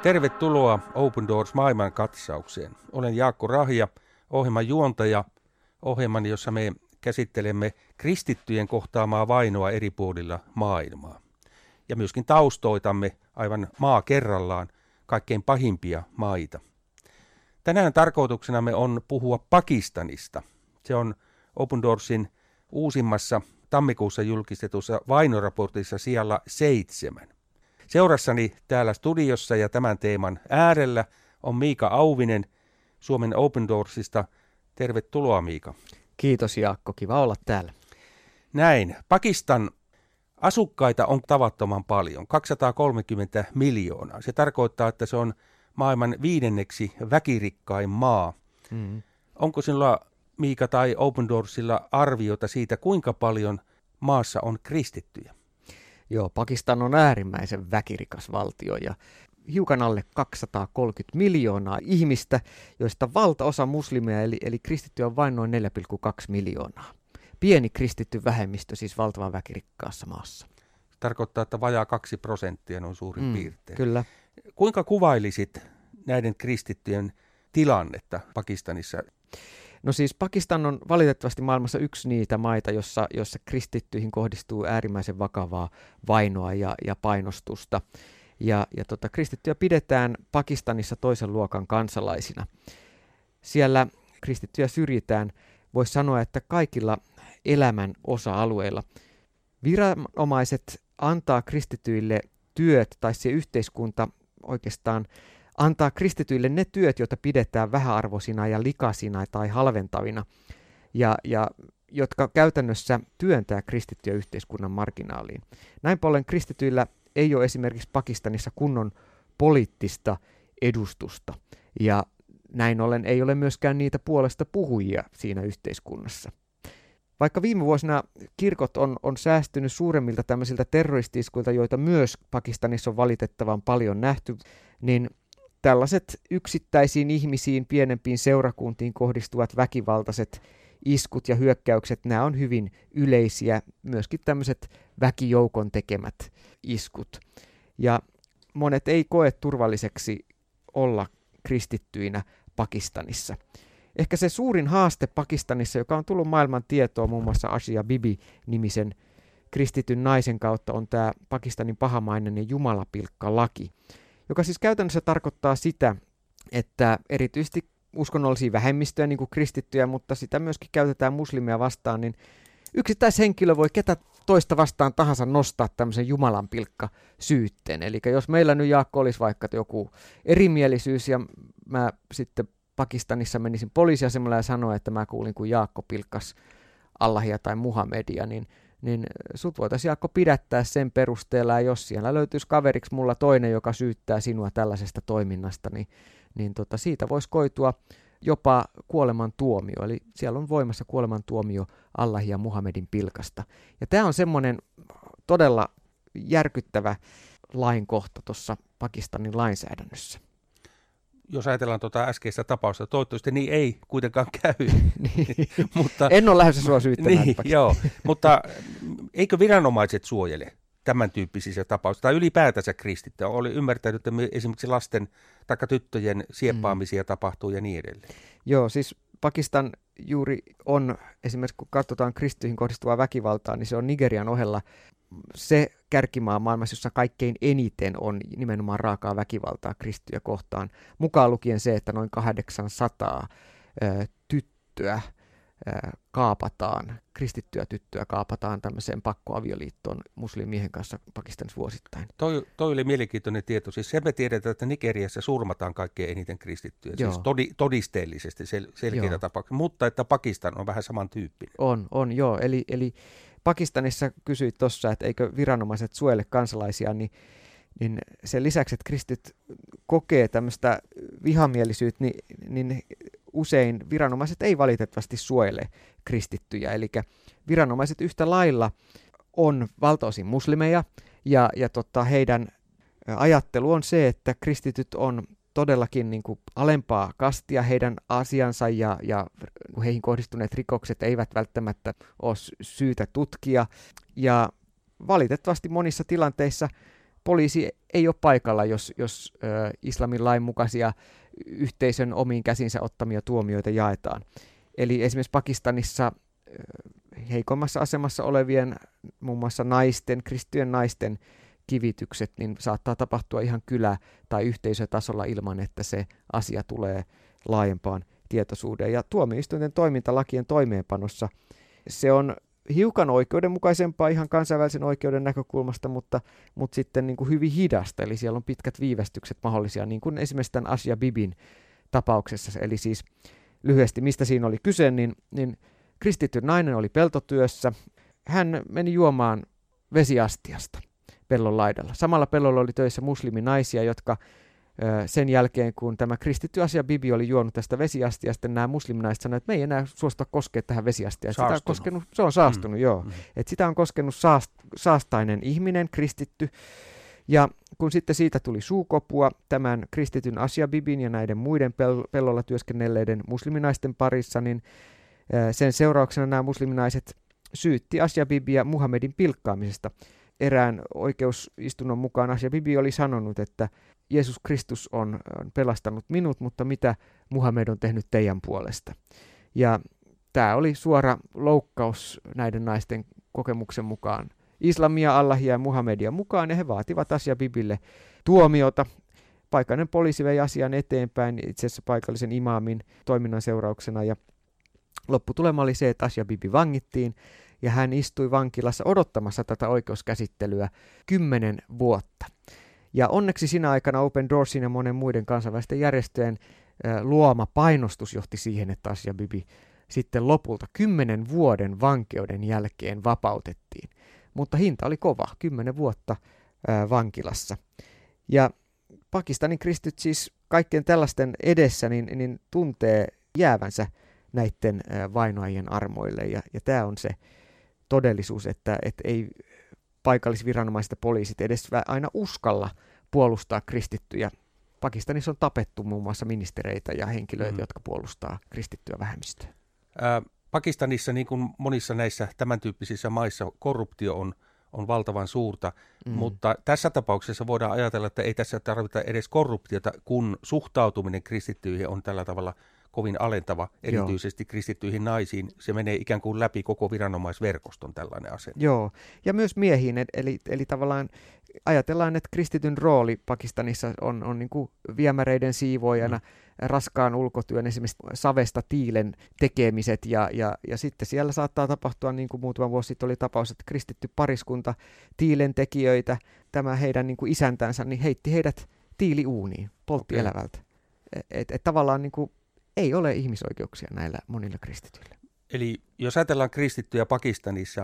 Tervetuloa Open Doors maailmankatsaukseen. Olen Jaakko Rahja, ohjelman juontaja, ohjelman, jossa me käsittelemme kristittyjen kohtaamaa vainoa eri puolilla maailmaa. Ja myöskin taustoitamme aivan maa kerrallaan kaikkein pahimpia maita. Tänään tarkoituksenamme on puhua Pakistanista. Se on Open Doorsin uusimmassa tammikuussa julkistetussa vainoraportissa sijalla 7. Seurassani täällä studiossa ja tämän teeman äärellä on Miika Auvinen Suomen Open Doorsista. Tervetuloa, Miika. Kiitos, Jaakko. Kiva olla täällä. Näin. Pakistan asukkaita on tavattoman paljon, 230 miljoonaa. Se tarkoittaa, että se on maailman 5. väkirikkain maa. Onko sinulla, Miika, tai Open Doorsilla arviota siitä, kuinka paljon maassa on kristittyjä? Joo, Pakistan on äärimmäisen väkirikas valtio ja hiukan alle 230 miljoonaa ihmistä, joista valtaosa muslimeja eli kristittyjä on vain noin 4,2 miljoonaa. Pieni kristitty vähemmistö siis valtavan väkirikkaassa maassa. Tarkoittaa, että vajaa 2% on suurin piirtein. Kyllä. Kuinka kuvailisit näiden kristittyjen tilannetta Pakistanissa? No siis Pakistan on valitettavasti maailmassa yksi niitä maita, jossa kristittyihin kohdistuu äärimmäisen vakavaa vainoa ja painostusta. Ja kristittyjä pidetään Pakistanissa toisen luokan kansalaisina. Siellä kristittyjä syrjitään, voisi sanoa, että kaikilla elämän osa-alueilla. Viranomaiset antaa kristityille työt, tai se yhteiskunta oikeastaan antaa kristityille ne työt, joita pidetään vähäarvoisina ja likaisina tai halventavina, ja jotka käytännössä työntää kristittyjä yhteiskunnan marginaaliin. Näin ollen kristityillä ei ole esimerkiksi Pakistanissa kunnon poliittista edustusta, ja näin ollen ei ole myöskään niitä puolesta puhujia siinä yhteiskunnassa. Vaikka viime vuosina kirkot on säästynyt suuremmilta tämmöisiltä terroristi-iskuilta, joita myös Pakistanissa on valitettavan paljon nähty, niin tällaiset yksittäisiin ihmisiin, pienempiin seurakuntiin kohdistuvat väkivaltaiset iskut ja hyökkäykset, nämä on hyvin yleisiä, myöskin tämmöiset väkijoukon tekemät iskut. Ja monet ei koe turvalliseksi olla kristittyinä Pakistanissa. Ehkä se suurin haaste Pakistanissa, joka on tullut maailman tietoon muun muassa Asia Bibi-nimisen kristityn naisen kautta, on tämä Pakistanin pahamaineinen jumalapilkkalaki, joka siis käytännössä tarkoittaa sitä, että erityisesti uskonnollisia vähemmistöjä, niin kuin kristittyjä, mutta sitä myöskin käytetään muslimia vastaan, niin yksittäishenkilö voi ketä toista vastaan tahansa nostaa tämmöisen jumalanpilkkasyytteen. Eli jos meillä nyt, Jaakko, olisi vaikka joku erimielisyys ja mä sitten Pakistanissa menisin poliisiasemalle ja sanoa, että mä kuulin, kun Jaakko pilkkas Allahia tai Muhammedia, niin sut voitaisiin, Jaakko, pidättää sen perusteella, ja jos siellä löytyisi kaveriksi mulla toinen, joka syyttää sinua tällaisesta toiminnasta, niin siitä voisi koitua jopa kuolemantuomio. Eli siellä on voimassa kuolemantuomio Allahin ja Muhammedin pilkasta. Ja tämä on semmoinen todella järkyttävä lainkohta tuossa Pakistanin lainsäädännössä. Jos ajatellaan tuota äskeistä tapausta, toivottavasti niin ei kuitenkaan käy. Mutta, en ole lähdössä sua syyttämään. Joo, mutta eikö viranomaiset suojele tämän tyyppisissä tapauksissa, tai ylipäätänsä kristittyjä? Oli ymmärtänyt, että esimerkiksi lasten tai tyttöjen sieppaamisia tapahtuu ja niin edelleen. Joo, siis Pakistan juuri on, esimerkiksi kun katsotaan kristittyihin kohdistuvaa väkivaltaa, niin se on Nigerian ohella se kärkimaa maailmassa, jossa kaikkein eniten on nimenomaan raakaa väkivaltaa kristittyjä kohtaan. Mukaan lukien se, että noin 800 tyttöä kristittyä tyttöä kaapataan tämmöiseen pakkoavioliittoon muslimimiehen kanssa Pakistanissa vuosittain. Toi oli mielenkiintoinen tieto. Siis se me tiedetään, että Nigeriassa surmataan kaikkein eniten kristittyjä. Joo. Siis todisteellisesti selkeitä tapauksia, mutta että Pakistan on vähän samantyyppinen. On joo. Eli Pakistanissa kysyit tuossa, että eikö viranomaiset suojele kansalaisia, niin sen lisäksi, että kristityt kokee tämmöistä vihamielisyyttä, niin usein viranomaiset ei valitettavasti suojele kristittyjä. Eli viranomaiset yhtä lailla on valtaosin muslimeja, ja heidän ajattelu on se, että kristityt on todellakin niin kuin alempaa kastia, heidän asiansa ja heihin kohdistuneet rikokset eivät välttämättä ole syytä tutkia. Ja valitettavasti monissa tilanteissa poliisi ei ole paikalla, jos islamin lain mukaisia yhteisön omiin käsinsä ottamia tuomioita jaetaan. Eli esimerkiksi Pakistanissa heikommassa asemassa olevien, muun muassa kristittyjen naisten kivitykset, niin saattaa tapahtua ihan tai yhteisötasolla ilman, että se asia tulee laajempaan tietoisuuteen. Ja tuomioistuinten toiminta lakien toimeenpanossa, se on hiukan oikeudenmukaisempaa ihan kansainvälisen oikeuden näkökulmasta, mutta sitten niin kuin hyvin hidasta, eli siellä on pitkät viivästykset mahdollisia, niin kuin esimerkiksi tämän Asia Bibin tapauksessa. Eli siis lyhyesti, mistä siinä oli kyse, niin kristitty nainen oli peltotyössä. Hän meni juomaan vesiastiasta pellon laidalla. Samalla pellolla oli töissä musliminaisia, jotka sen jälkeen, kun tämä kristitty Asia Bibi oli juonut tästä vesiastiasta, nämä musliminaiset sanoivat, että me ei enää suosta koskea tähän vesiastiaan. Se on saastunut, joo. Että sitä on koskenut saastainen ihminen, kristitty. Ja kun sitten siitä tuli suukopua tämän kristityn Asia Bibin ja näiden muiden pellolla työskennelleiden musliminaisten parissa, niin sen seurauksena nämä musliminaiset syytti Asia Bibiä Muhammedin pilkkaamisesta. Erään oikeusistunnon mukaan Asia Bibi oli sanonut, että Jeesus Kristus on pelastanut minut, mutta mitä Muhammed on tehnyt teidän puolesta. Ja tämä oli suora loukkaus näiden naisten kokemuksen mukaan islamia, Allahia ja Muhammedia mukaan, ja he vaativat Asia Bibille tuomiota. Paikallinen poliisi vei asian eteenpäin, itse asiassa paikallisen imaamin toiminnan seurauksena, ja lopputulema oli se, että Asia Bibi vangittiin, ja hän istui vankilassa odottamassa tätä oikeuskäsittelyä 10 vuotta. Ja onneksi siinä aikana Open Doorsin ja monen muiden kansainvälisten järjestöjen luoma painostus johti siihen, että Asia Bibi sitten lopulta 10 vuoden vankeuden jälkeen vapautettiin. Mutta hinta oli kova, 10 vuotta vankilassa. Ja Pakistanin kristityt siis kaikkien tällaisten edessä niin tuntee jäävänsä näiden vainoajien armoille. Ja tämä on se todellisuus, että ei paikallisviranomaiset ja poliisit edes aina uskalla puolustaa kristittyjä. Pakistanissa on tapettu muun muassa ministereitä ja henkilöitä, jotka puolustaa kristittyä vähemmistöä. Pakistanissa, niin kuin monissa näissä tämän tyyppisissä maissa, korruptio on valtavan suurta, mutta tässä tapauksessa voidaan ajatella, että ei tässä tarvita edes korruptiota, kun suhtautuminen kristittyihin on tällä tavalla kovin alentava, erityisesti kristittyihin naisiin. Se menee ikään kuin läpi koko viranomaisverkoston tällainen asenne. Joo, ja myös miehiin, eli tavallaan ajatellaan, että kristityn rooli Pakistanissa on niin kuin viemäreiden siivoojana, raskaan ulkotyön, esimerkiksi savesta tiilen tekemiset, ja sitten siellä saattaa tapahtua, niin kuin muutama vuosi sitten oli tapaus, että kristitty pariskunta, tiilen tekijöitä, tämä heidän niin kuin isäntänsä, niin heitti heidät tiiliuuniin, poltti elävältä. Et tavallaan niin kuin ei ole ihmisoikeuksia näillä monilla kristityillä. Eli jos ajatellaan kristittyjä Pakistanissa,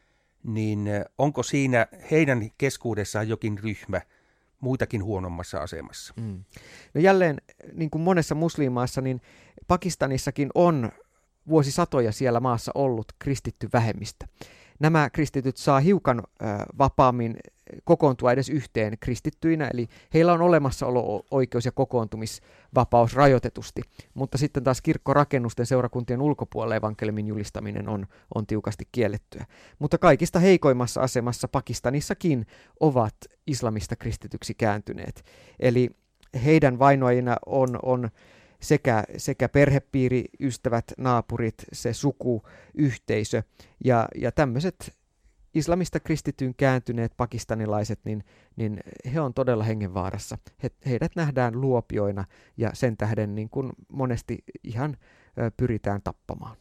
niin onko siinä heidän keskuudessaan jokin ryhmä muitakin huonommassa asemassa? No jälleen, niin kuin monessa muslimaassa, niin Pakistanissakin on vuosisatoja siellä maassa ollut kristitty vähemmistö. Nämä kristityt saa hiukan vapaammin kokoontua edes yhteen kristittyinä, eli heillä on olemassaolo-oikeus ja kokoontumisvapaus rajoitetusti, mutta sitten taas kirkkorakennusten seurakuntien ulkopuolella evankeliumin julistaminen on tiukasti kiellettyä. Mutta kaikista heikoimmassa asemassa Pakistanissakin ovat islamista kristityksi kääntyneet, eli heidän vainoajina on sekä perhepiiri, ystävät, naapurit, se suku, yhteisö ja tämmöiset islamista kristityyn kääntyneet pakistanilaiset, niin he on todella hengenvaarassa. Heidät nähdään luopioina ja sen tähden niin kuin monesti ihan pyritään tappamaan.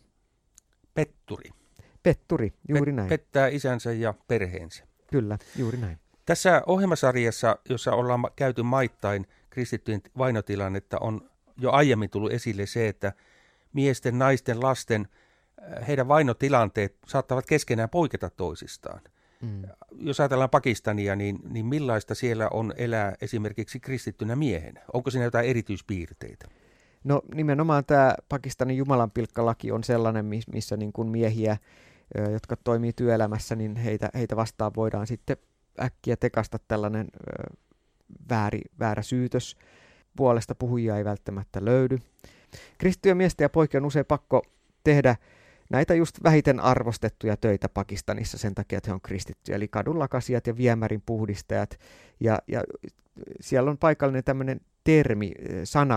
Petturi, juuri näin. Pettää isänsä ja perheensä. Kyllä, juuri näin. Tässä ohjelmasarjassa, jossa ollaan käyty maittain kristittyjen vainotilannetta, on jo aiemmin tullut esille se, että miesten, naisten, lasten, heidän vainotilanteet saattavat keskenään poiketa toisistaan. Jos ajatellaan Pakistania, niin millaista siellä on elää esimerkiksi kristittynä miehenä? Onko siinä jotain erityispiirteitä? No nimenomaan tämä Pakistanin jumalanpilkkalaki on sellainen, missä niin kuin miehiä, jotka toimii työelämässä, niin heitä vastaan voidaan sitten äkkiä tekasta tällainen väärä syytös. Puolesta puhujia ei välttämättä löydy. Kristittyjen miesten ja poikien on usein pakko tehdä näitä just vähiten arvostettuja töitä Pakistanissa sen takia, että he on kristittyjä, eli kadunlakasijat ja viemärin puhdistajat. Ja siellä on paikallinen tämmöinen termi, sana,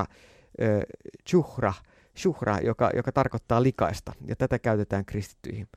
shuhra, joka tarkoittaa likaista, ja tätä käytetään kristittyihin.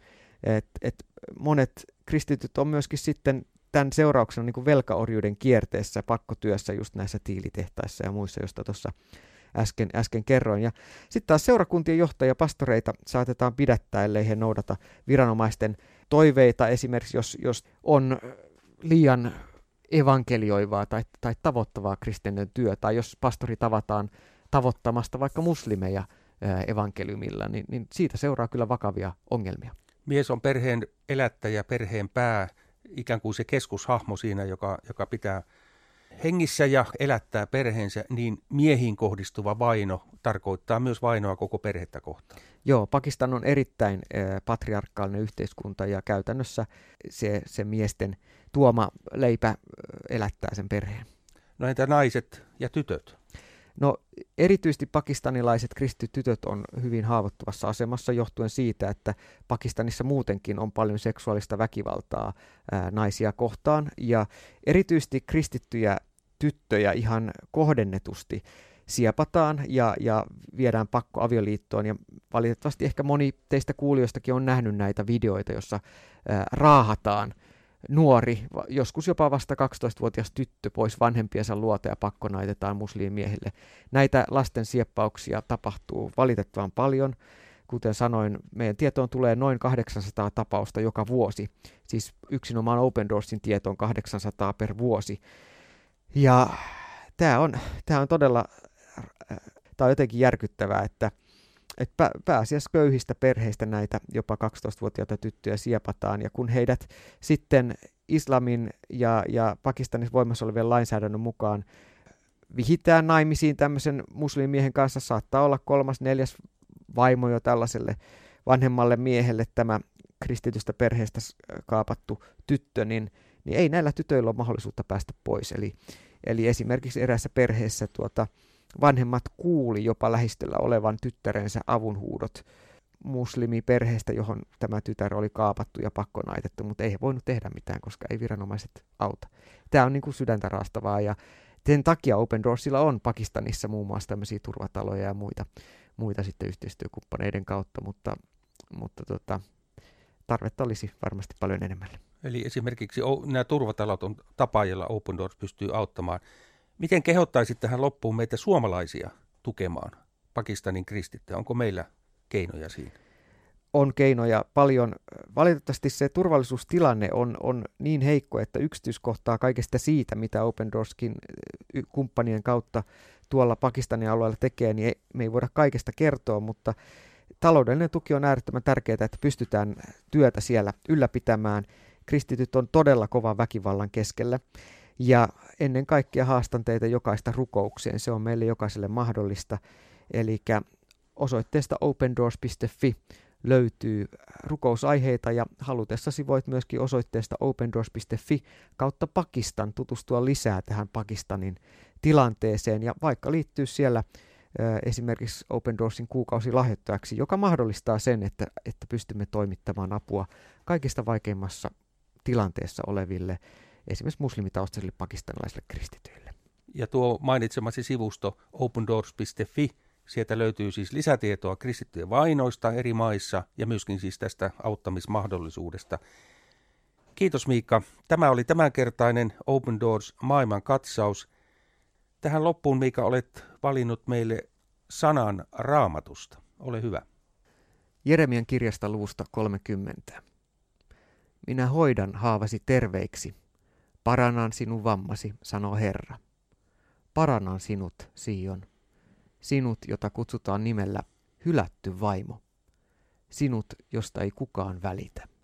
Monet kristityt on myöskin sitten tämän seurauksena niin kuin velkaorjuuden kierteessä, pakkotyössä just näissä tiilitehtaissa ja muissa, joista tuossa äsken kerroin. Ja sitten taas seurakuntien johtajia, pastoreita saatetaan pidättää, ellei he noudata viranomaisten toiveita, esimerkiksi jos on liian evankelioivaa tai tavoittavaa kristillinen työ, tai jos pastori tavataan tavoittamasta vaikka muslimeja evankeliumilla, niin siitä seuraa kyllä vakavia ongelmia. Mies on perheen elättäjä, perheen pää, ikään kuin se keskushahmo siinä, joka pitää hengissä ja elättää perheensä, niin miehiin kohdistuva vaino tarkoittaa myös vainoa koko perhettä kohtaan. Joo, Pakistan on erittäin patriarkaalinen yhteiskunta ja käytännössä se miesten tuoma leipä elättää sen perheen. No entä naiset ja tytöt? No erityisesti pakistanilaiset kristityt tytöt on hyvin haavoittuvassa asemassa johtuen siitä, että Pakistanissa muutenkin on paljon seksuaalista väkivaltaa naisia kohtaan ja erityisesti kristittyjä tyttöjä ihan kohdennetusti siepataan ja viedään pakkoavioliittoon ja valitettavasti ehkä moni teistä kuulijoistakin on nähnyt näitä videoita, jossa raahataan nuori, joskus jopa vasta 12-vuotias tyttö pois vanhempiensa luota ja pakkonaitetaan muslimimiehille. Näitä lasten sieppauksia tapahtuu valitettavan paljon. Kuten sanoin, meidän tietoon tulee noin 800 tapausta joka vuosi. Siis yksinomaan Open Doorsin tietoon 800 per vuosi. Ja tämä on todella jotenkin järkyttävää, että pääasiassa köyhistä perheistä näitä jopa 12-vuotiaita tyttöjä siepataan, ja kun heidät sitten islamin ja Pakistanissa voimassa olevien lainsäädännön mukaan vihitään naimisiin tämmöisen muslimimiehen kanssa, saattaa olla 3., 4. vaimo jo tällaiselle vanhemmalle miehelle tämä kristitystä perheestä kaapattu tyttö, niin ei näillä tytöillä ole mahdollisuutta päästä pois. Eli esimerkiksi eräässä perheessä vanhemmat kuuli jopa lähistöllä olevan tyttärensä avunhuudot muslimiperheestä, johon tämä tytär oli kaapattu ja pakkonaitettu, mutta ei he voinut tehdä mitään, koska ei viranomaiset auta. Tämä on niin kuin sydäntä raastavaa ja sen takia Open Doorsilla on Pakistanissa muun muassa tämmöisiä turvataloja ja muita sitten yhteistyökumppaneiden kautta, mutta tarvetta olisi varmasti paljon enemmän. Eli esimerkiksi nämä turvatalot on tapa, jolla Open Doors pystyy auttamaan. Miten kehottaisit tähän loppuun meitä suomalaisia tukemaan Pakistanin kristittyä? Onko meillä keinoja siinä? On keinoja paljon. Valitettavasti se turvallisuustilanne on niin heikko, että yksityiskohtaa kaikesta siitä, mitä Open Doorskin kumppanien kautta tuolla Pakistanin alueella tekee, niin me ei voida kaikesta kertoa, mutta taloudellinen tuki on äärettömän tärkeää, että pystytään työtä siellä ylläpitämään. Kristityt on todella kovan väkivallan keskellä. Ja ennen kaikkea haastan teitä jokaista rukoukseen. Se on meille jokaiselle mahdollista. Eli osoitteesta opendoors.fi löytyy rukousaiheita ja halutessasi voit myöskin osoitteesta opendoors.fi kautta Pakistan tutustua lisää tähän Pakistanin tilanteeseen ja vaikka liittyy siellä esimerkiksi Open Doorsin kuukausilahjoittajaksi, joka mahdollistaa sen, että pystymme toimittamaan apua kaikista vaikeimmassa tilanteessa oleville esimerkiksi muslimitaustaisille pakistanilaisille kristityille. Ja tuo mainitsemasi sivusto opendoors.fi, sieltä löytyy siis lisätietoa kristittyjen vainoista eri maissa ja myöskin siis tästä auttamismahdollisuudesta. Kiitos Miikka. Tämä oli tämänkertainen Open Doors maailman katsaus. Tähän loppuun Miikka olet valinnut meille sanan Raamatusta. Ole hyvä. Jeremian kirjasta luvusta 30. Minä hoidan haavasi terveiksi. Parannan sinun vammasi, sanoo Herra. Parannan sinut, Sion. Sinut, jota kutsutaan nimellä hylätty vaimo. Sinut, josta ei kukaan välitä.